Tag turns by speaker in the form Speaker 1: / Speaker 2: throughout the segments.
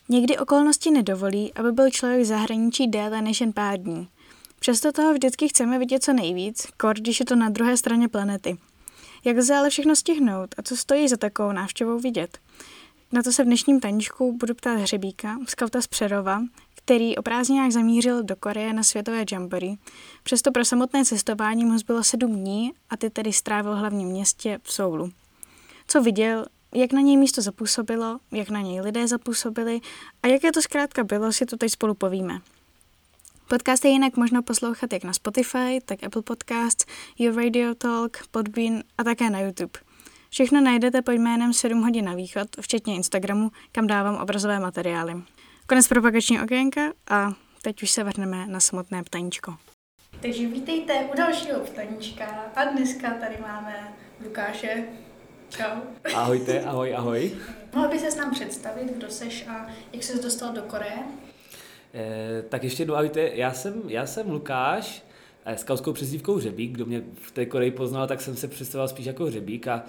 Speaker 1: Někdy okolnosti nedovolí, aby byl člověk v zahraničí déle než jen pár dní. Přesto toho vždycky chceme vidět co nejvíc, kor když je to na druhé straně planety. Jak lze ale všechno stihnout a co stojí za takovou návštěvou vidět? Na to se v dnešním taníčku budu ptát Hřebíka, skauta z Přerova, který o prázdninách zamířil do Koreje na světové jamboree. Přesto pro samotné cestování mu zbylo 7 dní a ty tedy strávil v hlavním městě v Soulu. Co viděl, jak na něj místo zapůsobilo, jak na něj lidé zapůsobili a jaké to zkrátka bylo, si tu teď spolu povíme. Podcast je jinak možno poslouchat jak na Spotify, tak Apple Podcasts, Your Radio Talk, Podbean a také na YouTube. Všechno najdete pod jménem 7 hodin na východ, včetně Instagramu, kam dávám obrazové materiály. Konec propagační okénka a teď už se vrhneme na samotné ptaníčko. Takže vítejte u dalšího ptaníčka a dneska tady máme Lukáše. Čau.
Speaker 2: Ahojte, ahoj.
Speaker 1: Mohl by ses nám představit, kdo seš a jak ses dostal do Koreje?
Speaker 2: Tak ještě jednou ahojte, já jsem Lukáš, s kautskou přezdívkou Hřebík. Kdo mě v té Koreji poznal, tak jsem se představoval spíš jako Hřebík a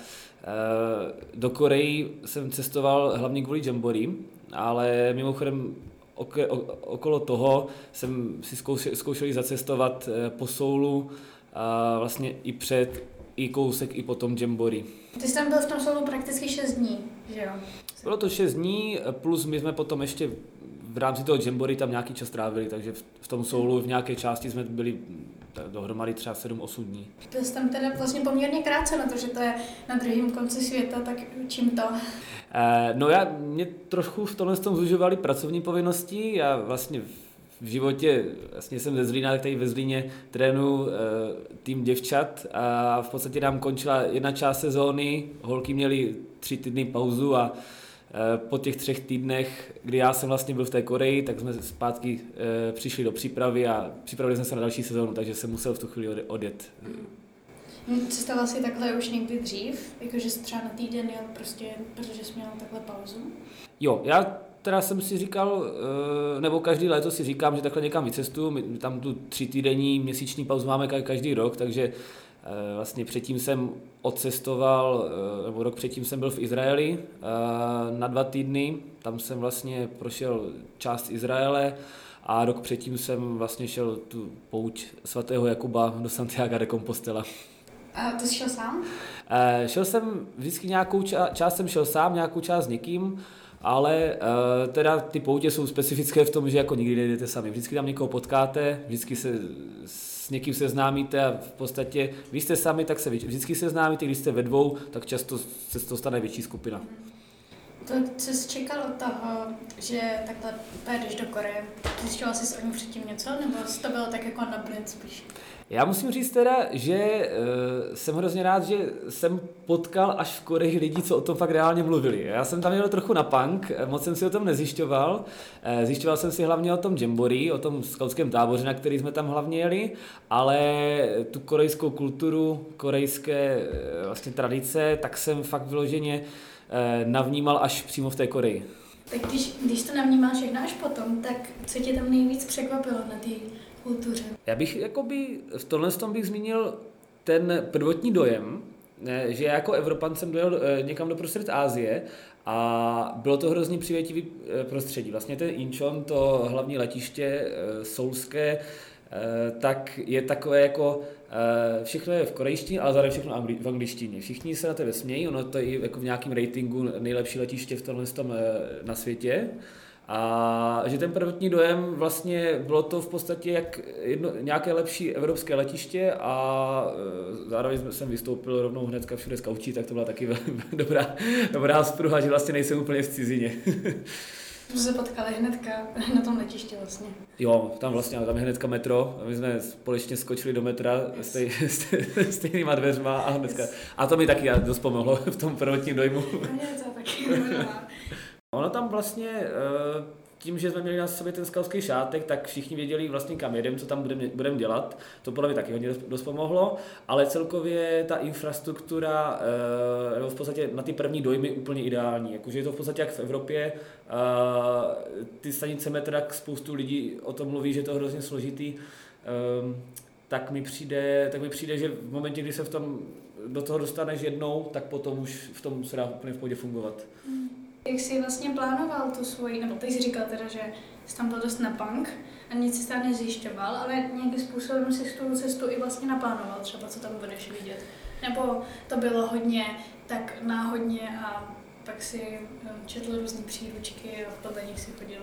Speaker 2: do Koreji jsem cestoval hlavně kvůli jamboree, ale mimochodem okolo toho jsem si zkoušel zacestovat po Soulu a vlastně i kousek i potom jamboree.
Speaker 1: Ty jsi tam byl v tom Soulu prakticky 6 dní, že jo?
Speaker 2: Bylo to 6 dní, plus my jsme potom ještě v rámci toho jamboree tam nějaký čas trávili, takže v tom Soulu v nějaké části jsme byli dohromady třeba 7-8 dní.
Speaker 1: Byl jsi tam teda vlastně poměrně krátce na to, že to je na druhém konci světa, tak čím to?
Speaker 2: Mě trošku v tomhle zužovaly pracovní povinnosti. Já vlastně v životě, vlastně jsem ze Zlína, tak tady ve Zlíně trénuji tým děvčat a v podstatě nám končila jedna část sezóny, holky měly 3 týdny pauzu a po těch 3 týdnech, kdy já jsem vlastně byl v té Koreji, tak jsme zpátky přišli do přípravy a připravili jsme se na další sezónu, takže jsem musel v tu chvíli odjet.
Speaker 1: Cestoval jsi takhle už někdy dřív? Jakože jsi třeba na týden jel prostě, protože jsi měl takhle pauzu?
Speaker 2: Jo, já teda jsem si říkal, nebo každý léto si říkám, že takhle někam vycestuju, my tam tu 3 týdenní měsíční pauzu máme každý rok, takže vlastně předtím jsem odcestoval, nebo rok předtím jsem byl v Izraeli na 2 týdny, tam jsem vlastně prošel část Izraele a rok předtím jsem vlastně šel tu pouť svatého Jakuba do Santiago de Compostela.
Speaker 1: A to jsi šel sám?
Speaker 2: Šel jsem vždycky nějakou část jsem šel sám, nějakou část s někým, ale teda ty poutě jsou specifické v tom, že jako nikdy nejdete sami. Vždycky tam někoho potkáte, vždycky se s někým seznámíte a v podstatě, když jste sami, tak se vždycky seznámíte, když jste ve dvou, tak často se to stane větší skupina.
Speaker 1: To, co jsi čekal od toho, že takhle pojedeš do Koreje, zjišťoval jsi o ní předtím něco, nebo to bylo tak jako na blind spíš?
Speaker 2: Já musím říct teda, že jsem hrozně rád, že jsem potkal až v Koreji lidi, co o tom fakt reálně mluvili. Já jsem tam jel trochu na punk, moc jsem si o tom nezjišťoval. Zjišťoval jsem si hlavně o tom jamboree, o tom skautském táboře, na který jsme tam hlavně jeli, ale tu korejskou kulturu, korejské vlastně tradice, tak jsem fakt vyloženě navnímal až přímo v té Koreji.
Speaker 1: Tak když to navnímal všechno až potom, tak co tě tam nejvíc překvapilo na té kultuře?
Speaker 2: Já bych v tomhle bych zmínil ten prvotní dojem, že jako Evropan jsem dojel někam do prostřed Asie a bylo to hrozně přívětivý prostředí. Vlastně ten Incheon, to hlavní letiště soulské, tak je takové jako všechno je v korejštině, ale zároveň všechno v angličtině. Všichni se na tebe smějí, ono to je jako v nějakém ratingu nejlepší letiště v tomhle na světě. A že ten prvotní dojem vlastně bylo to v podstatě jak nějaké lepší evropské letiště a zároveň jsem vystoupil rovnou hnedka všude skaučí, tak to byla taky dobrá spruha, že vlastně nejsem úplně v cizině.
Speaker 1: Jsme se potkali hnedka na tom letišti vlastně.
Speaker 2: Jo, tam je hnedka metro a my jsme společně skočili do metra stejnýma dveřma a hnedka. A to mi taky dost pomohlo v tom prvotním dojmu.
Speaker 1: To taky
Speaker 2: Ono tam vlastně, tím, že jsme měli na sobě ten skautský šátek, tak všichni věděli vlastně kam jedem, co tam budeme dělat. To podle mě taky hodně dost pomohlo, ale celkově ta infrastruktura v podstatě na ty první dojmy úplně ideální. Jakože je to v podstatě jak v Evropě, ty stanice metra, spoustu lidí o tom mluví, že je to hrozně složitý, tak mi přijde, že v momentě, kdy se do toho dostaneš jednou, tak potom už v tom se dá úplně v pohodě fungovat.
Speaker 1: Jak jsi vlastně plánoval tu svoji, nebo ty jsi říkal teda, že jsi tam byl dost na punk a nic jsi tam nezjišťoval, ale nějakým způsobem si tu cestu i vlastně naplánoval třeba, co tam budeš vidět. Nebo to bylo hodně tak náhodně a pak si četl různý příručky a podle nich si chodil?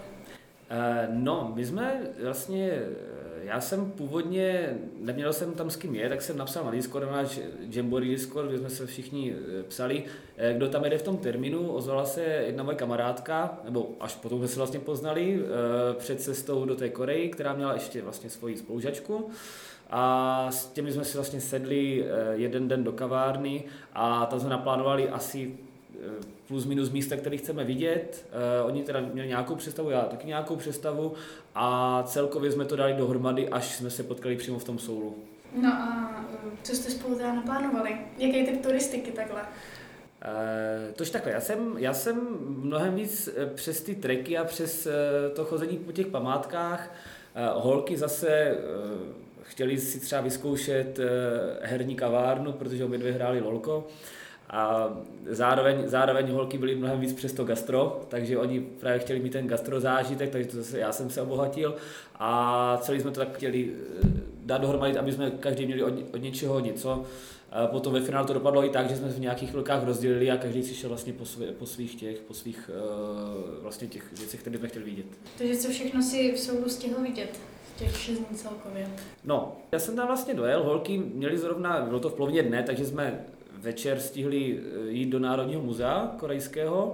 Speaker 2: No, my jsme vlastně, já jsem původně, neměl jsem tam s kým je, tak jsem napsal na Discord, na náš Jamboree Discord, kde jsme se všichni psali, kdo tam jede v tom termínu. Ozvala se jedna moje kamarádka, nebo až potom jsme se vlastně poznali před cestou do té Koreji, která měla ještě vlastně svoji spolužačku. A s těmi jsme si vlastně sedli jeden den do kavárny a tam jsme naplánovali asi plus minus místa, které chceme vidět. Oni teda měli nějakou představu, já taky nějakou představu a celkově jsme to dali dohromady, až jsme se potkali přímo v tom Soulu.
Speaker 1: No a co jste spolu teda naplánovali? Jaký typ turistiky takhle?
Speaker 2: Tož takhle, já jsem mnohem víc přes ty treky a přes to chození po těch památkách. Holky zase chtěli si třeba vyzkoušet herní kavárnu, protože obě dvě hráli lolko. A zároveň holky byly mnohem víc přes to gastro, takže oni právě chtěli mít ten gastro zážitek, takže to zase já jsem se obohatil a celý jsme to tak chtěli dát dohromady, aby jsme každý měli od něčeho něco. Potom ve finále to dopadlo i tak, že jsme v nějakých vlkách rozdělili a každý si šel vlastně po svých vlastně těch věcech, které jsme chtěli vidět.
Speaker 1: Takže co všechno si v Soulu stihl vidět? Těch 6 dní celkově.
Speaker 2: No, já jsem tam vlastně dojel, holky měly zrovna, bylo to v polovině dne, takže jsme večer stihli jít do Národního muzea korejského.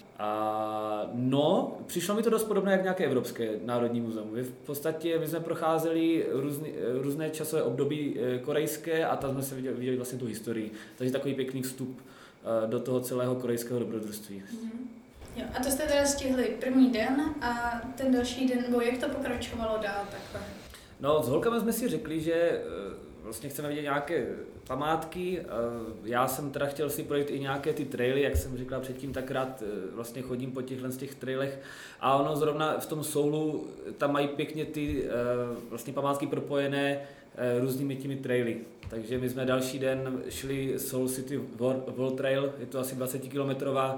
Speaker 2: A no, přišlo mi to dost podobné jak nějaké evropské národní muzeum. V podstatě my jsme procházeli různé časové období korejské a tam jsme se viděli vlastně tu historii. Takže takový pěkný vstup do toho celého korejského dobrodružství.
Speaker 1: Jo, a to jste teda stihli první den a ten další den, nebo jak to pokračovalo dál takhle?
Speaker 2: No, s holkami jsme si řekli, že vlastně chceme vidět nějaké památky. Já jsem teda chtěl si projít i nějaké ty traily, jak jsem říkal předtím, tak rád vlastně chodím po těchto z těch trailech. A ono zrovna v tom Soulu, tam mají pěkně ty vlastně památky propojené různými těmi traily. Takže my jsme další den šli Seoul City World Trail, je to asi 20-kilometrová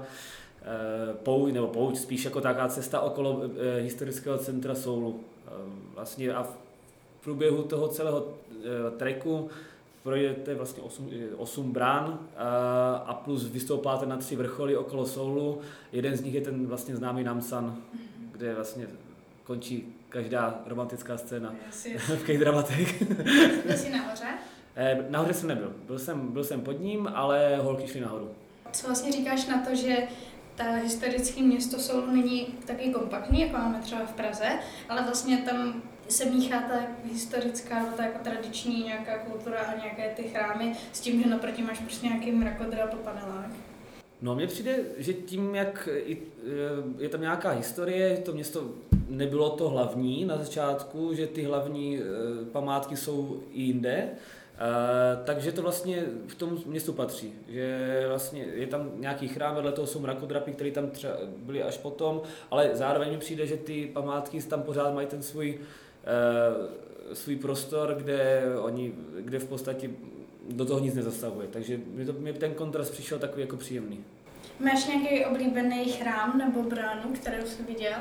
Speaker 2: pouť, spíš jako taká cesta okolo historického centra Soulu. Vlastně a v průběhu toho celého treku projdete vlastně 8 brán a plus vystoupáte na 3 vrcholy okolo Soulu. Jeden z nich je ten vlastně známý Namsan, kde vlastně končí každá romantická scéna v K-dramatech.
Speaker 1: Byl jsi nahoře?
Speaker 2: Nahoře jsem nebyl. Byl jsem pod ním, ale holky šly nahoru.
Speaker 1: Co vlastně říkáš na to, že ta historické město Soulu není taky kompaktní, jako máme třeba v Praze, ale vlastně tam se míchá ta historická, nebo ta jako tradiční nějaká kultura a nějaké ty chrámy s tím, že naproti máš prostě nějaký mrakodrap a panelák.
Speaker 2: No, mně přijde, že tím, jak je tam nějaká historie, to město nebylo to hlavní na začátku, že ty hlavní památky jsou i jinde, takže to vlastně v tom městu patří, že vlastně je tam nějaký chrám, vedle toho jsou mrakodrapy, které tam třeba byly až potom, ale zároveň mi přijde, že ty památky tam pořád mají ten svůj prostor, kde v podstatě do toho nic nezasahuje, takže mi ten kontrast přišel takový jako příjemný.
Speaker 1: Máš nějaký oblíbený chrám nebo bránu, kterou jsi viděl?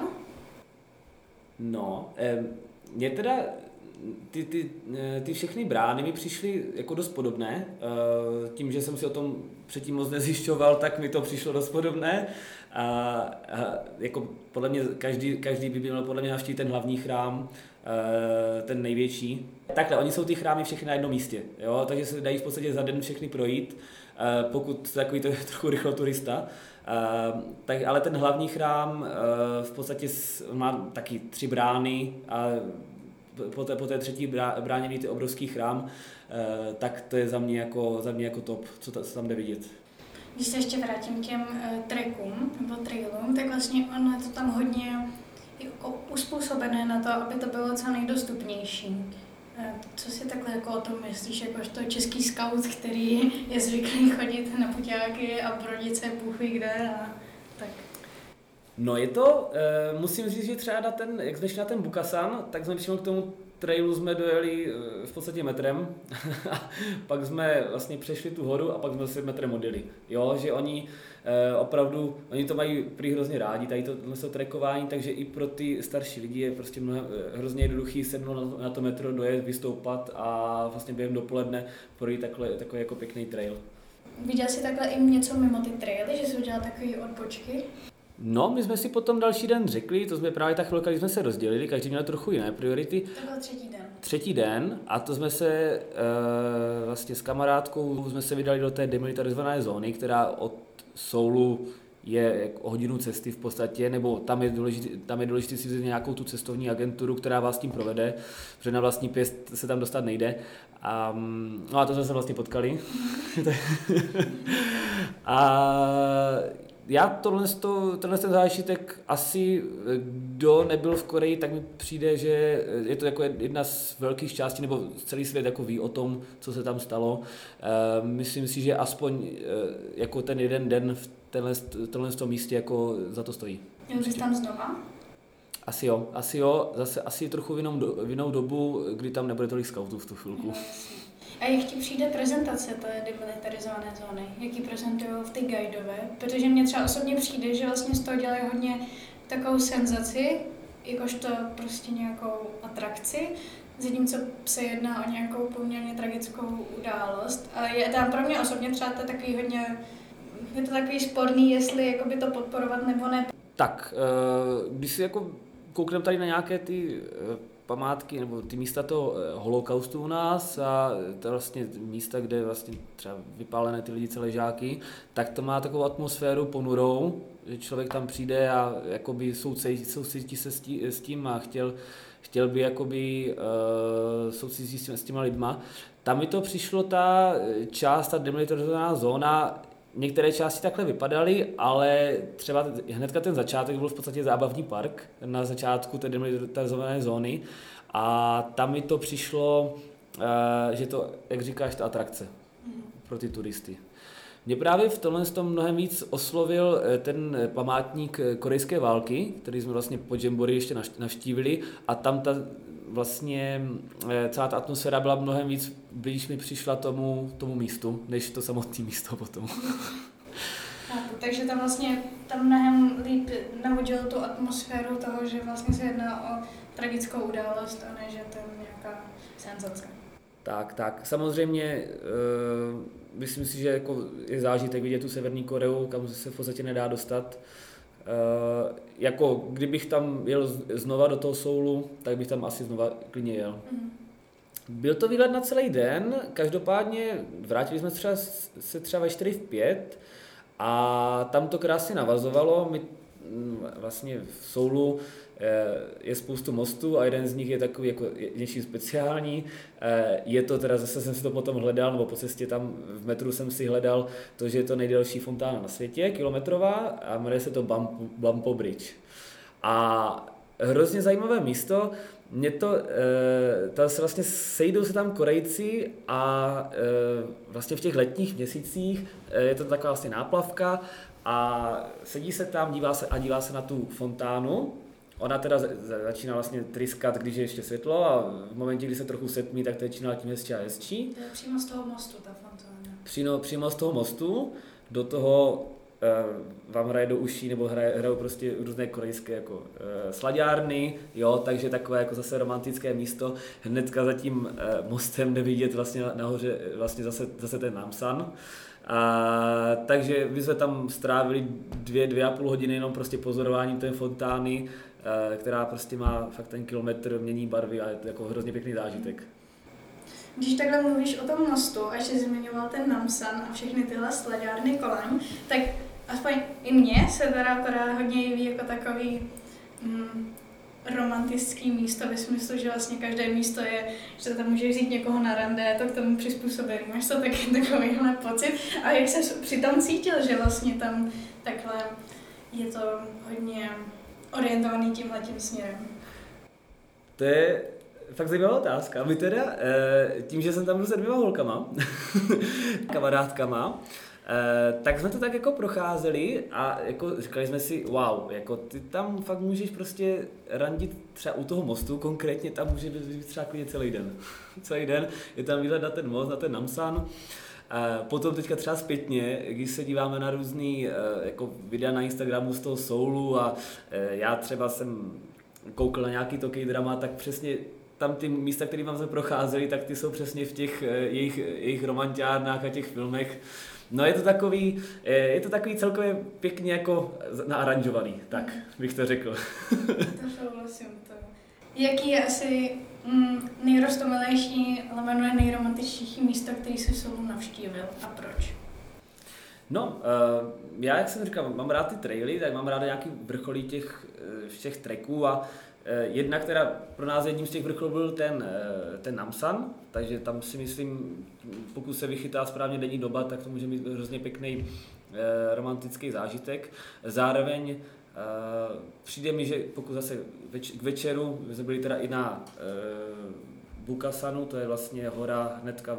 Speaker 2: No, mě teda ty všechny brány mi přišly jako dost podobné. Tím, že jsem si o tom předtím moc nezjišťoval, tak mi to přišlo dost podobné. A jako podle mě každý by měl podle mě navštívit ten hlavní chrám, ten největší. Takhle, oni jsou ty chrámy všechny na jednom místě, jo? Takže se dají v podstatě za den všechny projít, pokud takový to je trochu rychlo turista. Ale ten hlavní chrám v podstatě má taky 3 brány a po té třetí bráně vidíte obrovský chrám, tak to je za mě jako top, co tam jde vidět.
Speaker 1: Když se ještě vrátím k těm trekům nebo trailům, tak vlastně ono je to tam hodně jako uspůsobené na to, aby to bylo co nejdostupnější. Co si takhle jako o tom myslíš, jakožto český scout, který je zvyklý chodit na puťáky a brodit se bůh ví kde a tak?
Speaker 2: No je to, musím říct, že třeba jak jsme šli na ten Bukasan, tak jsme přímo k tomu trailu jsme dojeli v podstatě metrem, pak jsme vlastně přešli tu horu a pak jsme se metrem odjeli. Jo, že oni opravdu, oni to mají prý hrozně rádi, tady to trekování, takže i pro ty starší lidi je prostě hrozně jednoduchý sednout na to metro, dojet, vystoupat a vlastně během dopoledne projít takový jako pěkný trail.
Speaker 1: Viděl jsi takhle i něco mimo ty traily, že jsi udělal takové odbočky?
Speaker 2: No, my jsme si potom další den řekli, to jsme právě ta chvilka, když jsme se rozdělili, každý měl trochu jiné priority.
Speaker 1: To byl třetí den.
Speaker 2: Třetí den a to jsme se vlastně s kamarádkou jsme se vydali do té demilitarizované zóny, která od Soulu je jako hodinu cesty v podstatě, nebo tam je důležité si vzít nějakou tu cestovní agenturu, která vás tím provede, protože na vlastní pěst se tam dostat nejde. No a to jsme se vlastně potkali. A já tenhle ten zážitek asi, kdo nebyl v Koreji, tak mi přijde, že je to jako jedna z velkých částí, nebo celý svět jako ví o tom, co se tam stalo. Myslím si, že aspoň jako ten jeden den v tenhle místě jako za to stojí.
Speaker 1: Jel bys tam znova?
Speaker 2: Asi jo, zase asi trochu v jinou dobu, kdy tam nebude tolik skautů v tu chvilku.
Speaker 1: A jak ti přijde prezentace té demilitarizované zóny? Jak ji prezentují v ty guidové? Protože mně třeba osobně přijde, že vlastně z toho dělají hodně takovou senzaci, jakožto prostě nějakou atrakci, zatímco se jedná o nějakou poměrně tragickou událost. A je tam pro mě osobně třeba to takový hodně, je to takový sporný, jestli jakoby to podporovat nebo ne.
Speaker 2: Tak, když si jako koukneme tady na nějaké ty památky nebo ty místa toho holokaustu u nás a to vlastně místa, kde vlastně třeba vypálené ty lidi celé žáky, tak to má takovou atmosféru ponurou, že člověk tam přijde a jakoby soucítí se s tím a chtěl by jakoby soucítit s těma lidma. Tam mi to přišlo ta demilitarizovaná zóna. Některé části takhle vypadaly, ale třeba hnedka ten začátek byl v podstatě zábavní park na začátku té demilitarizované zóny a tam mi to přišlo, že to, jak říkáš, ta atrakce pro ty turisty. Mě právě v tomhle tom mnohem víc oslovil ten památník korejské války, který jsme vlastně po Jamboree ještě navštívili a tam vlastně celá ta atmosféra byla mnohem víc blíž mi přišla tomu místu, než to samotné místo potom.
Speaker 1: Takže tam vlastně mnohem líp navodilo tu atmosféru toho, že vlastně se jedná o tragickou událost a ne, že to je nějaká senzace. Tak. Samozřejmě myslím si, že jako je zážitek vidět tu Severní Koreu, kam se v podstatě nedá dostat. Jako kdybych tam jel znova do toho Soulu, tak bych tam asi znova klidně jel. Byl to výlet na celý den, každopádně vrátili jsme se třeba ve 4-5 a tam to krásně navazovalo. My vlastně v Soulu je spoustu mostů a jeden z nich je takový jako něčím speciální. Je to teda, zase jsem si to potom hledal, nebo po cestě tam v metru jsem si hledal to, že je to nejdelší fontána na světě, kilometrová a jmenuje se to Bampo Bridge. A hrozně zajímavé místo, vlastně sejdou se tam Korejci a vlastně v těch letních měsících je to taková vlastně náplavka a sedí se tam, dívá se na tu fontánu. Ona teda začíná vlastně tryskat, když je ještě světlo a v momentě, kdy se trochu setmí, tak to je čím hezčí a hezčí. To je přímo z toho mostu ta fontána.
Speaker 2: Přímo z toho mostu, do toho vám hraje do uší nebo hrajou prostě různé korejské jako slaďárny, jo, takže takové jako zase romantické místo. Hnedka za tím mostem jde vidět vlastně nahoře vlastně zase ten Namsan. Takže my jsme tam strávili 2,5 hodiny jenom prostě pozorováním té fontány, která prostě má fakt ten kilometr, mění barvy a je to jako hrozně pěkný zážitek.
Speaker 1: Když takhle mluvíš o tom mostu a že zmiňoval ten Namsan a všechny tyhle slaďárny kolem, tak aspoň i mně se teda hodně jeví jako takový romantický místo ve smyslu, že vlastně každé místo je, že tam můžeš vzít někoho na rande, je to k tomu přizpůsobený. Máš to taky takovýhle pocit? A jak se přitom cítil, že vlastně tam takhle je to hodně orientovaný tímhletím směrem?
Speaker 2: To je fakt zajímavá otázka. My teda, tím, že jsem tam byl se 2 holkama, kamarádkama, Tak jsme to tak jako procházeli a jako říkali jsme si, wow, jako ty tam fakt můžeš prostě randit třeba u toho mostu, konkrétně tam může být třeba klidně celý den. Celý den je tam výhled na ten most, na ten Namsan. Potom teďka třeba zpětně, když se díváme na různý jako videa na Instagramu z toho Soulu a já třeba jsem koukl na nějaký to K-drama, tak přesně tam ty místa, které vám se procházeli, tak ty jsou přesně v těch jejich romantiárnách a těch filmech. No je to takový celkově pěkně jako naaranžovaný, tak bych to řekl.
Speaker 1: To souhlasím. Jaký je asi nejroztomilejší, ale nejromantičtější místo, který jsi v Soulu navštívil a proč?
Speaker 2: No, já, jak jsem říkal, mám rád ty traily, tak mám rád nějaký vrcholí těch tracků a jedna, která pro nás jedním z těch vrcholů byl ten Namsan, takže tam si myslím, pokud se vychytá správně denní doba, tak to může být hrozně pěkný romantický zážitek. Zároveň přijde mi, že pokud zase k večeru, my jsme byli teda i na Bukasanu, to je vlastně hora hnedka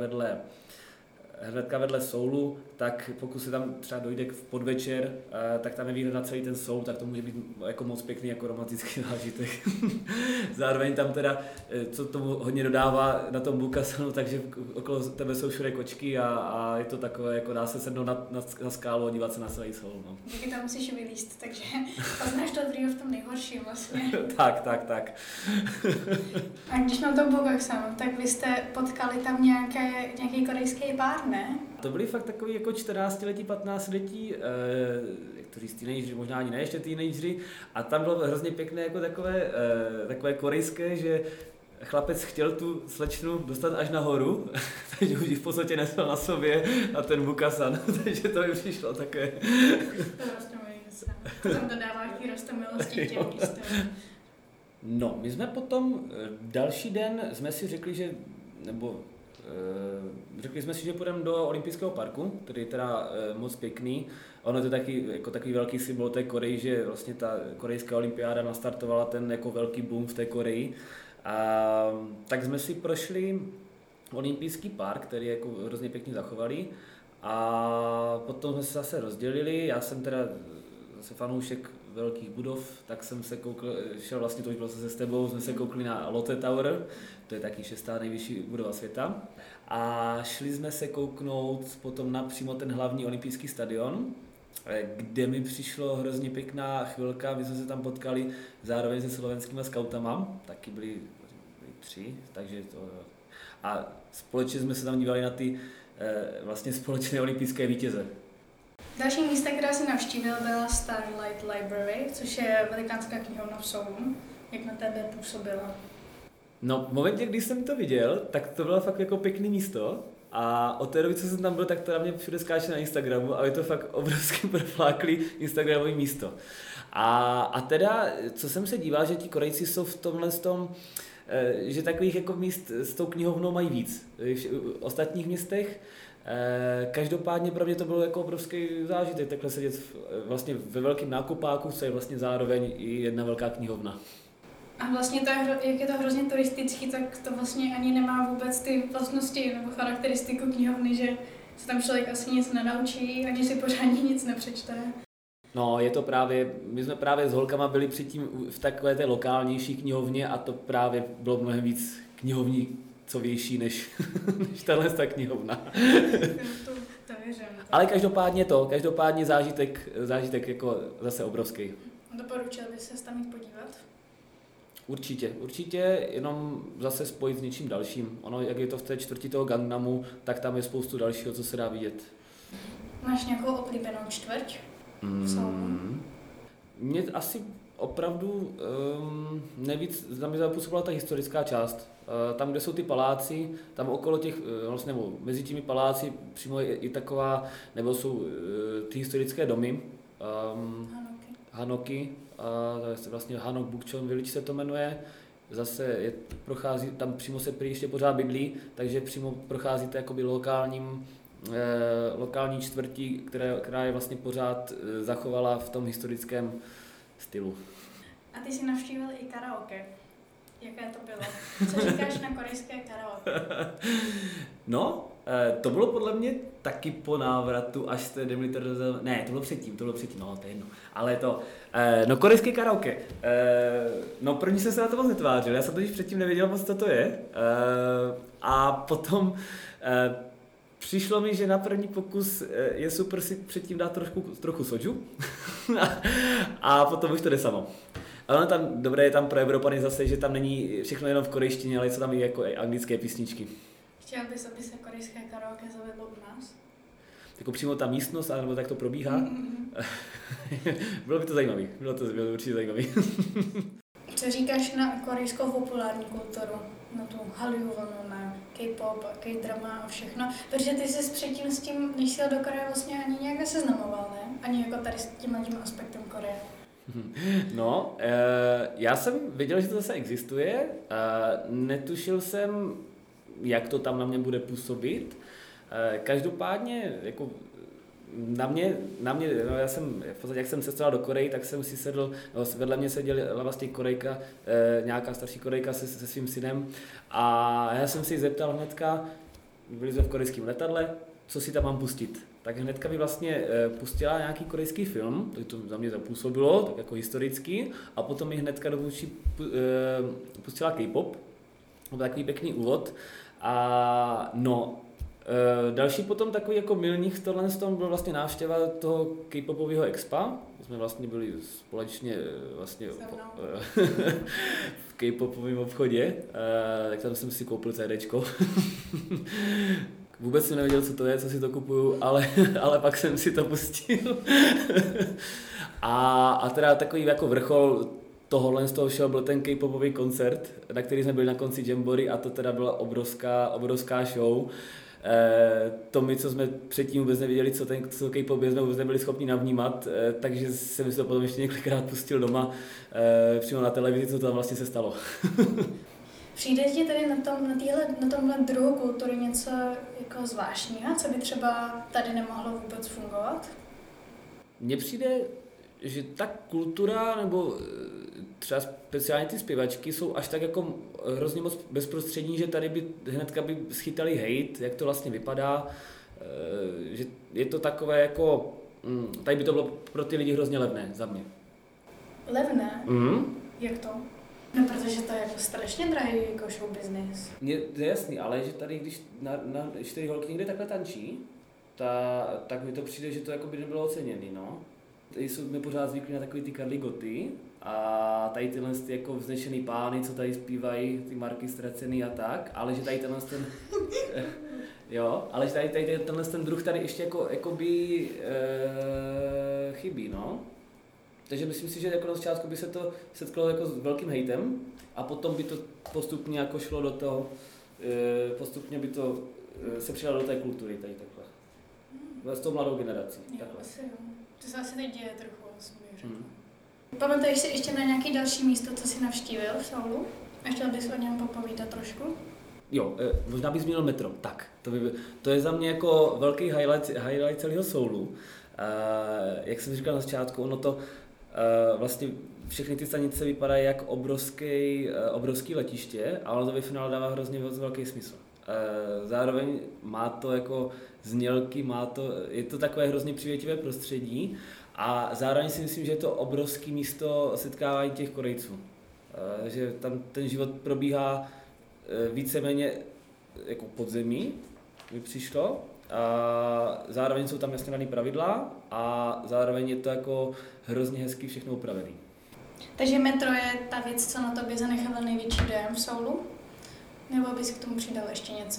Speaker 2: vedle Soulu, tak pokud se tam třeba dojde v podvečer, tak tam je výhled na celý ten Soul, tak to může být jako moc pěkný jako romantický zážitek. Zároveň tam teda, co tomu hodně dodává na tom Bukasanu, takže okolo tebe jsou všude kočky a je to takové, jako dá se sednout na skálu a dívat se na celý Soul. No.
Speaker 1: Díky tam musíš vylízt, takže poznáš to druhého v tom nejhorším vlastně.
Speaker 2: tak.
Speaker 1: A když mám to Bukasanu, tak vy jste potkali tam nějaký korejský pár, ne?
Speaker 2: To byli fakt takový jako 14letí, 15letí, jak to říct, teenageři, možná ani ne ještě teenageři, a tam bylo hrozně pěkné jako takové korejské, že chlapec chtěl tu slečnu dostat až nahoru, takže už ji v podstatě nesl na sobě na ten Bukasan, takže to mi přišlo také.
Speaker 1: To tam dodává nějaký roztomilosti těm místem.
Speaker 2: No, my jsme potom další den jsme si řekli, že, řekli jsme si, že půjdeme do olympijského parku, který je teda moc pěkný. Ono to je taky jako takový velký symbol té Koreji, že vlastně ta korejská olympiáda nastartovala ten jako velký boom v té Koreji. A tak jsme si prošli olympijský park, který jako hrozně pěkně zachovali. A potom jsme se zase rozdělili, já jsem teda zase fanoušek velkých budov, tak jsem se šel vlastně, to už bylo se s tebou, jsme se koukli na Lotte Tower, to je taky 6. nejvyšší budova světa. A šli jsme se kouknout potom na přímo ten hlavní olympijský stadion, kde mi přišlo hrozně pěkná chvilka, my jsme se tam potkali zároveň se slovenskými skautama, taky byli 3, takže to... A společně jsme se tam dívali na ty vlastně společné olympijské vítěze.
Speaker 1: Další místa, která jsem navštívil, byla Starlight Library, což je velikánská knihovna v Soulu. Jak na tebe působila?
Speaker 2: No, v momentě, když jsem to viděl, tak to bylo fakt jako pěkný místo. A od té doby, co jsem tam byl, tak to na mě všude skáče na Instagramu a je to fakt obrovský profláklý instagramový místo. A teda, co jsem se díval, že ti Korejci jsou v tomhle že takových jako míst s tou knihovnou mají víc. V ostatních městech každopádně pro mě to bylo jako obrovský zážitek, takhle sedět vlastně ve velkém nákupáku, co je vlastně zároveň i jedna velká knihovna.
Speaker 1: A vlastně to, jak je to hrozně turistický, tak to vlastně ani nemá vůbec ty vlastnosti nebo charakteristiku knihovny, že se tam člověk asi nic nenaučí, ani si pořádně nic nepřečte.
Speaker 2: No, je to právě, my jsme právě s holkama byli předtím v takové té lokálnější knihovně a to právě bylo mnohem víc knihovnicovější než tahle knihovna.
Speaker 1: To věřím.
Speaker 2: Ale každopádně zážitek jako zase obrovský.
Speaker 1: Doporučil bys se tam jít podívat?
Speaker 2: Určitě, jenom zase spojit s něčím dalším. Ono, jak je to v té čtvrti toho Gangnamu, tak tam je spoustu dalšího, co se dá vidět.
Speaker 1: Máš nějakou oblíbenou čtvrť?
Speaker 2: Mě asi opravdu nejvíc za mě zapůsobila ta historická část. Tam, kde jsou ty paláci, tam okolo těch, vlastně nebo mezi těmi paláci přímo je i taková, nebo jsou ty historické domy. Hanoky, to je vlastně Hanok Bukchon Village se to jmenuje. Zase prochází, tam přímo se ještě pořád bydlí, takže přímo procházíte jakoby lokální čtvrtí, která je vlastně pořád zachovala v tom historickém stylu.
Speaker 1: A ty jsi navštívil i karaoke. Jaké to bylo? Co říkáš na korejské karaoke?
Speaker 2: No, To bylo podle mě taky po návratu, až jste demilitarizovali. Ne, to bylo předtím, no to je jedno. Ale no korejský karaoke. No první jsem se na to moc netvářil, já jsem totiž předtím nevěděl moc, co to je. A potom přišlo mi, že na první pokus je super si předtím dát trochu soju. A potom už to jde samo. Ale tam dobré je tam pro Evropany zase, že tam není všechno jenom v korejštině, ale jsou tam i jako anglické písničky.
Speaker 1: Chtěl bys, aby se korejské karaoke zavedlo u nás?
Speaker 2: Jako přímo ta místnost, anebo tak to probíhá? Bylo by to zajímavé, bylo to určitě zajímavé.
Speaker 1: Co říkáš na korejskou populární kulturu? Na tu Hallyu vlnu, na K-pop, K-drama a všechno? Protože ty jsi předtím s tím, než jsi jel do Koreje, vlastně ani nějak neseznamoval, ne? Ani jako tady s tím aspektem Koreje.
Speaker 2: No, já jsem věděl, že to zase existuje, netušil jsem, jak to tam na mě bude působit. Každopádně, jako na mě, no já jsem, v podstatě, jak jsem cestoval do Koreji, tak jsem si sedl, no, vedle mě seděla vlastně Korejka, nějaká starší Korejka se svým synem a já jsem si ji zeptal hnedka, byli jsme v korejském letadle, co si tam mám pustit. Tak hnedka mi vlastně pustila nějaký korejský film, to za mě zapůsobilo, tak jako historický, a potom mi hnedka do vůči pustila K-pop, to byl takový pěkný úvod. A no, další potom takový jako milník tohle byl vlastně návštěva toho K-popového expa. Jsme vlastně byli společně vlastně v K-popovém obchodě, tak tam jsem si koupil CDčko. Vůbec jsem nevěděl, co to je, co si to kupuju, ale pak jsem si to pustil. a teda takový jako vrchol tohohle z toho všeho byl ten K-popový koncert, na který jsme byli na konci Jambory a to teda byla obrovská show. To my, co jsme předtím vůbec nevěděli, co K-pop je, jsme vůbec nebyli schopni navnímat, takže jsem si to potom ještě několikrát pustil doma přímo na televizi, co tam vlastně se stalo.
Speaker 1: Přijde ti tady na tomhle druhu kultury něco jako zvláštního, co by třeba tady nemohlo vůbec fungovat?
Speaker 2: Mně přijde, že ta kultura nebo třeba speciálně ty zpěvačky jsou až tak jako hrozně moc bezprostřední, že tady by hnedka by schytali hejt, jak to vlastně vypadá, že je to takové jako, tady by to bylo pro ty lidi hrozně levné za mě.
Speaker 1: Levné? Mm. Jak to? No, protože to je jako strašně drahý jako show business.
Speaker 2: Je jasný, ale že tady, když na 4 holky někde takhle tančí, tak mi to přijde, že to jako by nebylo oceněný, no. Tady jsme pořád zvyklí na takový ty Karly Goty a tady tyhle jako vznešený pány, co tady zpívají, ty Marky Ztracený a tak, ale že tady tenhle ten... jo, ale že tady tenhle ten druh tady ještě jakoby chybí, no. Takže myslím si, že jako na začátku by se to setkalo jako s velkým hejtem a potom by to postupně jako šlo do toho, postupně by to se přidalo do té kultury tady takhle. S tou mladou generací.
Speaker 1: Jo, asi jo. To se asi teď děje trochu, jsem bych řekla. Pamatuješ si ještě na nějaké další místo, co jsi navštívil v Soulu? A chtěl bys o něm popovídat trošku?
Speaker 2: Jo, možná bych zmínil metro. Tak, to je za mě jako velký highlight celého Soulu. Jak jsem říkal na začátku, ono to vlastně všechny ty stanice vypadají jak obrovský letiště, ale to ve finále dává hrozně velký smysl. Zároveň má to jako znělky, je to takové hrozně přívětivé prostředí a zároveň si myslím, že je to obrovské místo setkávání těch Korejců. Že tam ten život probíhá víceméně jako podzemí, by přišlo. A zároveň jsou tam jasně dané pravidla a zároveň je to jako hrozně hezky všechno upravený.
Speaker 1: Takže metro je ta věc, co na tobě zanechala největší dojem v Soulu? Nebo bys k tomu přidal ještě něco?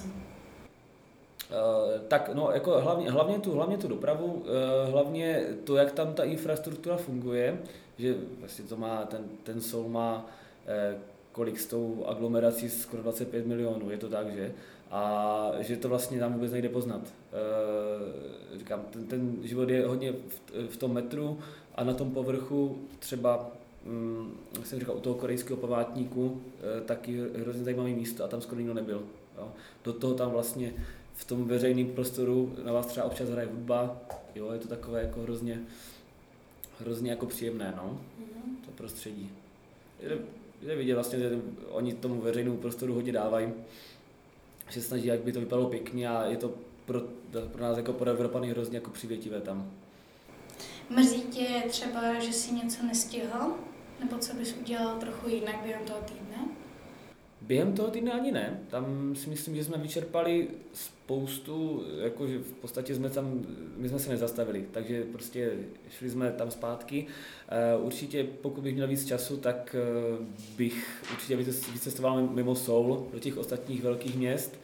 Speaker 2: Tak no, jako hlavně tu dopravu, hlavně to, jak tam ta infrastruktura funguje, že vlastně to má, ten Soul má kolik s tou aglomerací skoro 25 milionů, je to tak, že? A že to vlastně tam vůbec nejde poznat. Říkám, ten život je hodně v tom metru a na tom povrchu třeba, jak jsem říkal, u toho korejského památníku, taky hrozně zajímavý místo a tam skoro nikdo nebyl. Jo. Do toho tam vlastně v tom veřejném prostoru na vás třeba občas hraje hudba, jo, je to takové jako hrozně jako příjemné, no, to prostředí. Je vidět vlastně, že oni tomu veřejnému prostoru hodně dávají. že se snaží, jak by to vypadalo pěkně a je to pro nás jako pro Evropany hrozně jako přívětivé tam.
Speaker 1: Mrzí tě třeba, že jsi něco nestihl? Nebo co bys udělal trochu jinak během toho týdne?
Speaker 2: Během toho týdne ani ne. Tam si myslím, že jsme vyčerpali spoustu, jakože v podstatě my jsme se nezastavili, takže prostě šli jsme tam zpátky. Určitě, pokud bych měl víc času, tak bych určitě vycestoval mimo Soul do těch ostatních velkých měst.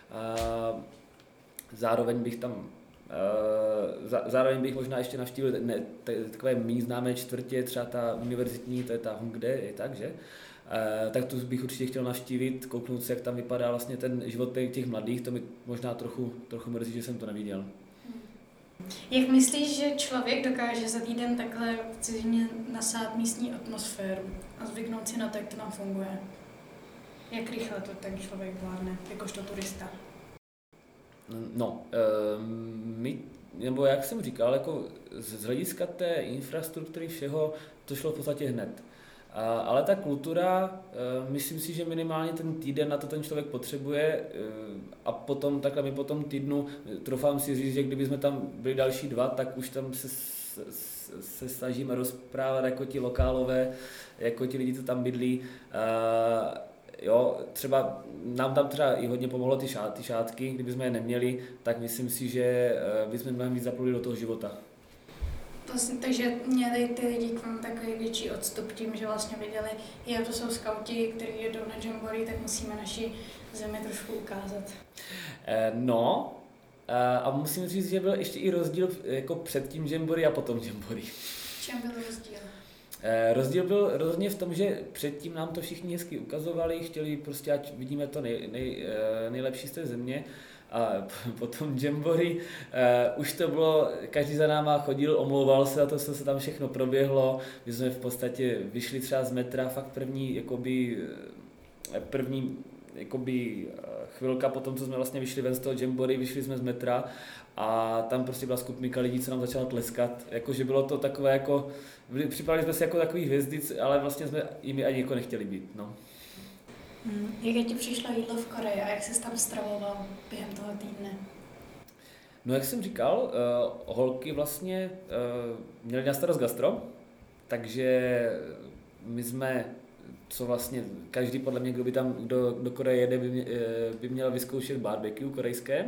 Speaker 2: Zároveň bych možná ještě navštívil takové méně známé čtvrtě, třeba ta univerzitní, to je ta Hongdae, je tak, že? Tak tu bych určitě chtěl navštívit, kouknout se, jak tam vypadá vlastně ten život těch mladých, to mi možná trochu mrzí, že jsem to neviděl.
Speaker 1: Jak myslíš, že člověk dokáže za týden takhle v cizině nasát místní atmosféru a zvyknout si na to, jak to tam funguje? Jak rychle to ten člověk vládne, jakožto turista?
Speaker 2: No, nebo jak jsem říkal, jako z hlediska té infrastruktury všeho, to šlo v podstatě hned. Ale ta kultura, myslím si, že minimálně ten týden na to ten člověk potřebuje a potom takhle my po tom týdnu, troufám si říct, že kdyby jsme tam byli další 2, tak už tam se snažíme rozprávat jako ti lokálové, jako ti lidi, co tam bydlí. Jo, třeba nám tam třeba i hodně pomohlo ty šátky, kdyby jsme je neměli, tak myslím si, že bychom mnohem víc zapluli do toho života.
Speaker 1: Vlastně, takže měli ty lidi k vám takový větší odstup tím, že vlastně viděli, to jsou skauti, kteří jedou na jamboree, tak musíme naši zemi trošku ukázat.
Speaker 2: A musím říct, že byl ještě i rozdíl jako před tím jamboree a potom jamboree.
Speaker 1: V čem byl rozdíl?
Speaker 2: Rozdíl byl rozhodně v tom, že předtím nám to všichni hezky ukazovali, chtěli prostě, ať vidíme to nejlepší z té země. A potom jamboree, už to bylo, každý za náma chodil, omlouval se za to, co se tam všechno proběhlo. My jsme v podstatě vyšli třeba z metra, fakt první chvilka po tom, co jsme vlastně vyšli ven z toho jamboree, vyšli jsme z metra a tam prostě byla skupinka lidí, co nám začala tleskat. Jakože bylo to takové jako, připadali jsme si jako takový hvězdic, ale vlastně jsme jimi ani jako nechtěli být. No.
Speaker 1: Jak ti přišlo jídlo v Koreji a jak jsi tam stravoval během toho týdne?
Speaker 2: No jak jsem říkal, holky vlastně měly na starost gastro, takže my jsme, co vlastně každý podle mě, kdo by tam do Koreje jede, by měl vyzkoušet barbecue korejské.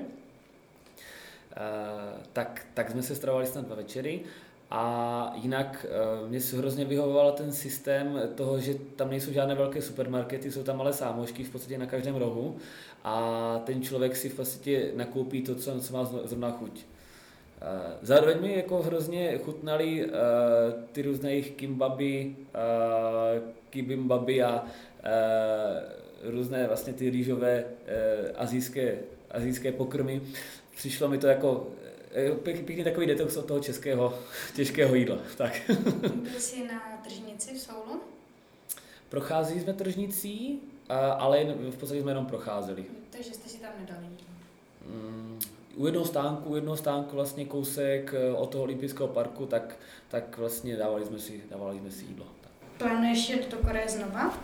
Speaker 2: Tak jsme se stravovali snad 2 večery. A jinak mě se hrozně vyhovoval ten systém toho, že tam nejsou žádné velké supermarkety, jsou tam malé sámošky v podstatě na každém rohu a ten člověk si v podstatě nakoupí to, co má zrovna chuť. Zároveň mi jako hrozně chutnaly ty různé jejich kimbaby, kibimbaby a různé vlastně ty rýžové asijské pokrmy. Přišlo mi to jako pěkný takový detox od toho českého těžkého jídla. Tak.
Speaker 1: Byl jsi na tržnici v Soulu?
Speaker 2: Procházeli jsme tržnicí, ale v podstatě jsme jenom procházeli.
Speaker 1: Takže jste si tam nedali jídlo?
Speaker 2: U jednoho stánku vlastně kousek od toho olympijského parku, tak vlastně dávali jsme si jídlo.
Speaker 1: Plánuješ jet do Koreje znova?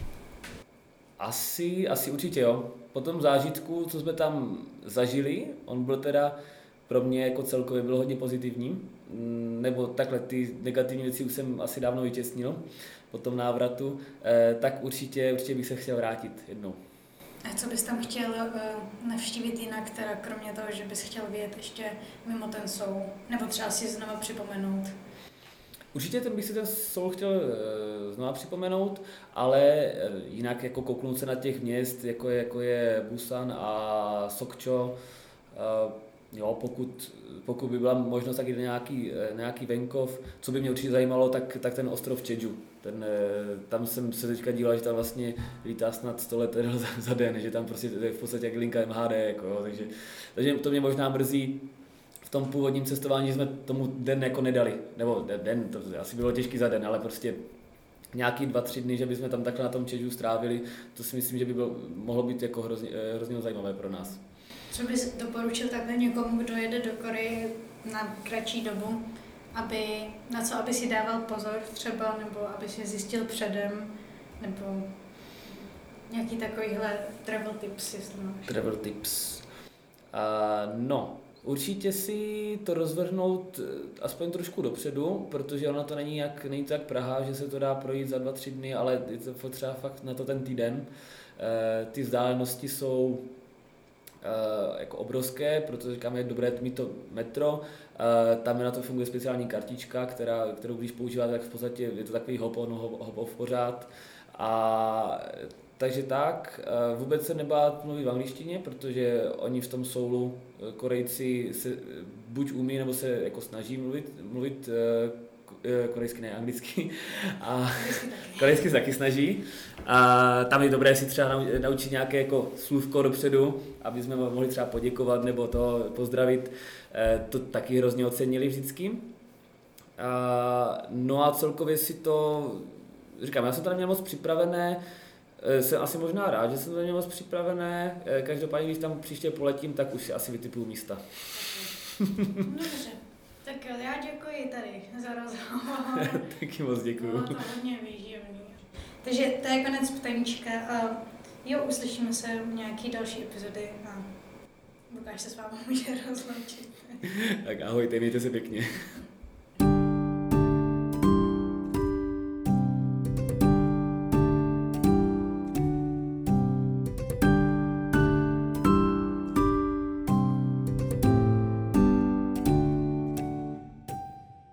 Speaker 2: Asi určitě jo. Po tom zážitku, co jsme tam zažili, on byl teda pro mě jako celkově byl hodně pozitivní, nebo takhle ty negativní věci už jsem asi dávno vytěsnil po tom návratu, tak určitě bych se chtěl vrátit jednou.
Speaker 1: A co bys tam chtěl navštívit jinak, teda kromě toho, že bys chtěl vyjet ještě mimo ten Soul, nebo třeba si znovu připomenout?
Speaker 2: Určitě bych si ten Soul chtěl znovu připomenout, ale jinak jako kouknout se na těch měst, jako je Busan a Sokcho. Jo, pokud by byla možnost taky nějaký venkov, co by mě určitě zajímalo, tak ten ostrov Jeju. Tam jsem se teďka díval, že tam vlastně lítá snad 100 letadel za den, že tam prostě je v podstatě jak linka MHD, jako, jo, takže to mě možná mrzí v tom původním cestování, že jsme tomu den jako nedali, nebo den, to asi bylo těžký za den, ale prostě nějaký 2-3 dny, že bychom tam takhle na tom Jeju strávili, to si myslím, že by mohlo být jako hrozně zajímavé pro nás.
Speaker 1: Co bys doporučil takhle někomu, kdo jede do Koreje na kratší dobu, na co aby si dával pozor třeba, nebo aby si zjistil předem, nebo Nějaký takovýhle travel tips, jestli máš.
Speaker 2: Travel tips. No, určitě si to rozvrhnout aspoň trošku dopředu, protože ono to není to jak Praha, že se to dá projít za 2-3 dny, ale je to potřeba fakt na to ten týden. Ty vzdálenosti jsou jako obrovské, protože říkám, je dobré mít to metro, tam na to funguje speciální kartička, kterou když používáte, tak v podstatě je to takový hop pořád. Takže vůbec se nebát mluvit v angličtině, protože oni v tom Soulu, Korejci, se buď umí, nebo se jako snaží mluvit korejsky, ne anglicky. A korejsky se taky snaží. A tam je dobré si třeba naučit nějaké jako slůvko dopředu, aby jsme mohli třeba poděkovat nebo to pozdravit. To taky hrozně ocenili vždycky. No a celkově si to, říkám, já jsem to neměl moc připravené, jsem asi možná rád, že jsem to neměl moc připravené, každopádně když tam příště poletím, tak už si asi vytipuju místa.
Speaker 1: Dobře, tak já děkuji tady za rozhovor.
Speaker 2: Taky moc děkuju.
Speaker 1: Bylo to hodně výživný. Takže to je konec ptaníčka a uslyšíme se v nějaký další epizody a Lukáš se s vámi může rozloučit.
Speaker 2: Tak ahojte, mějte se pěkně.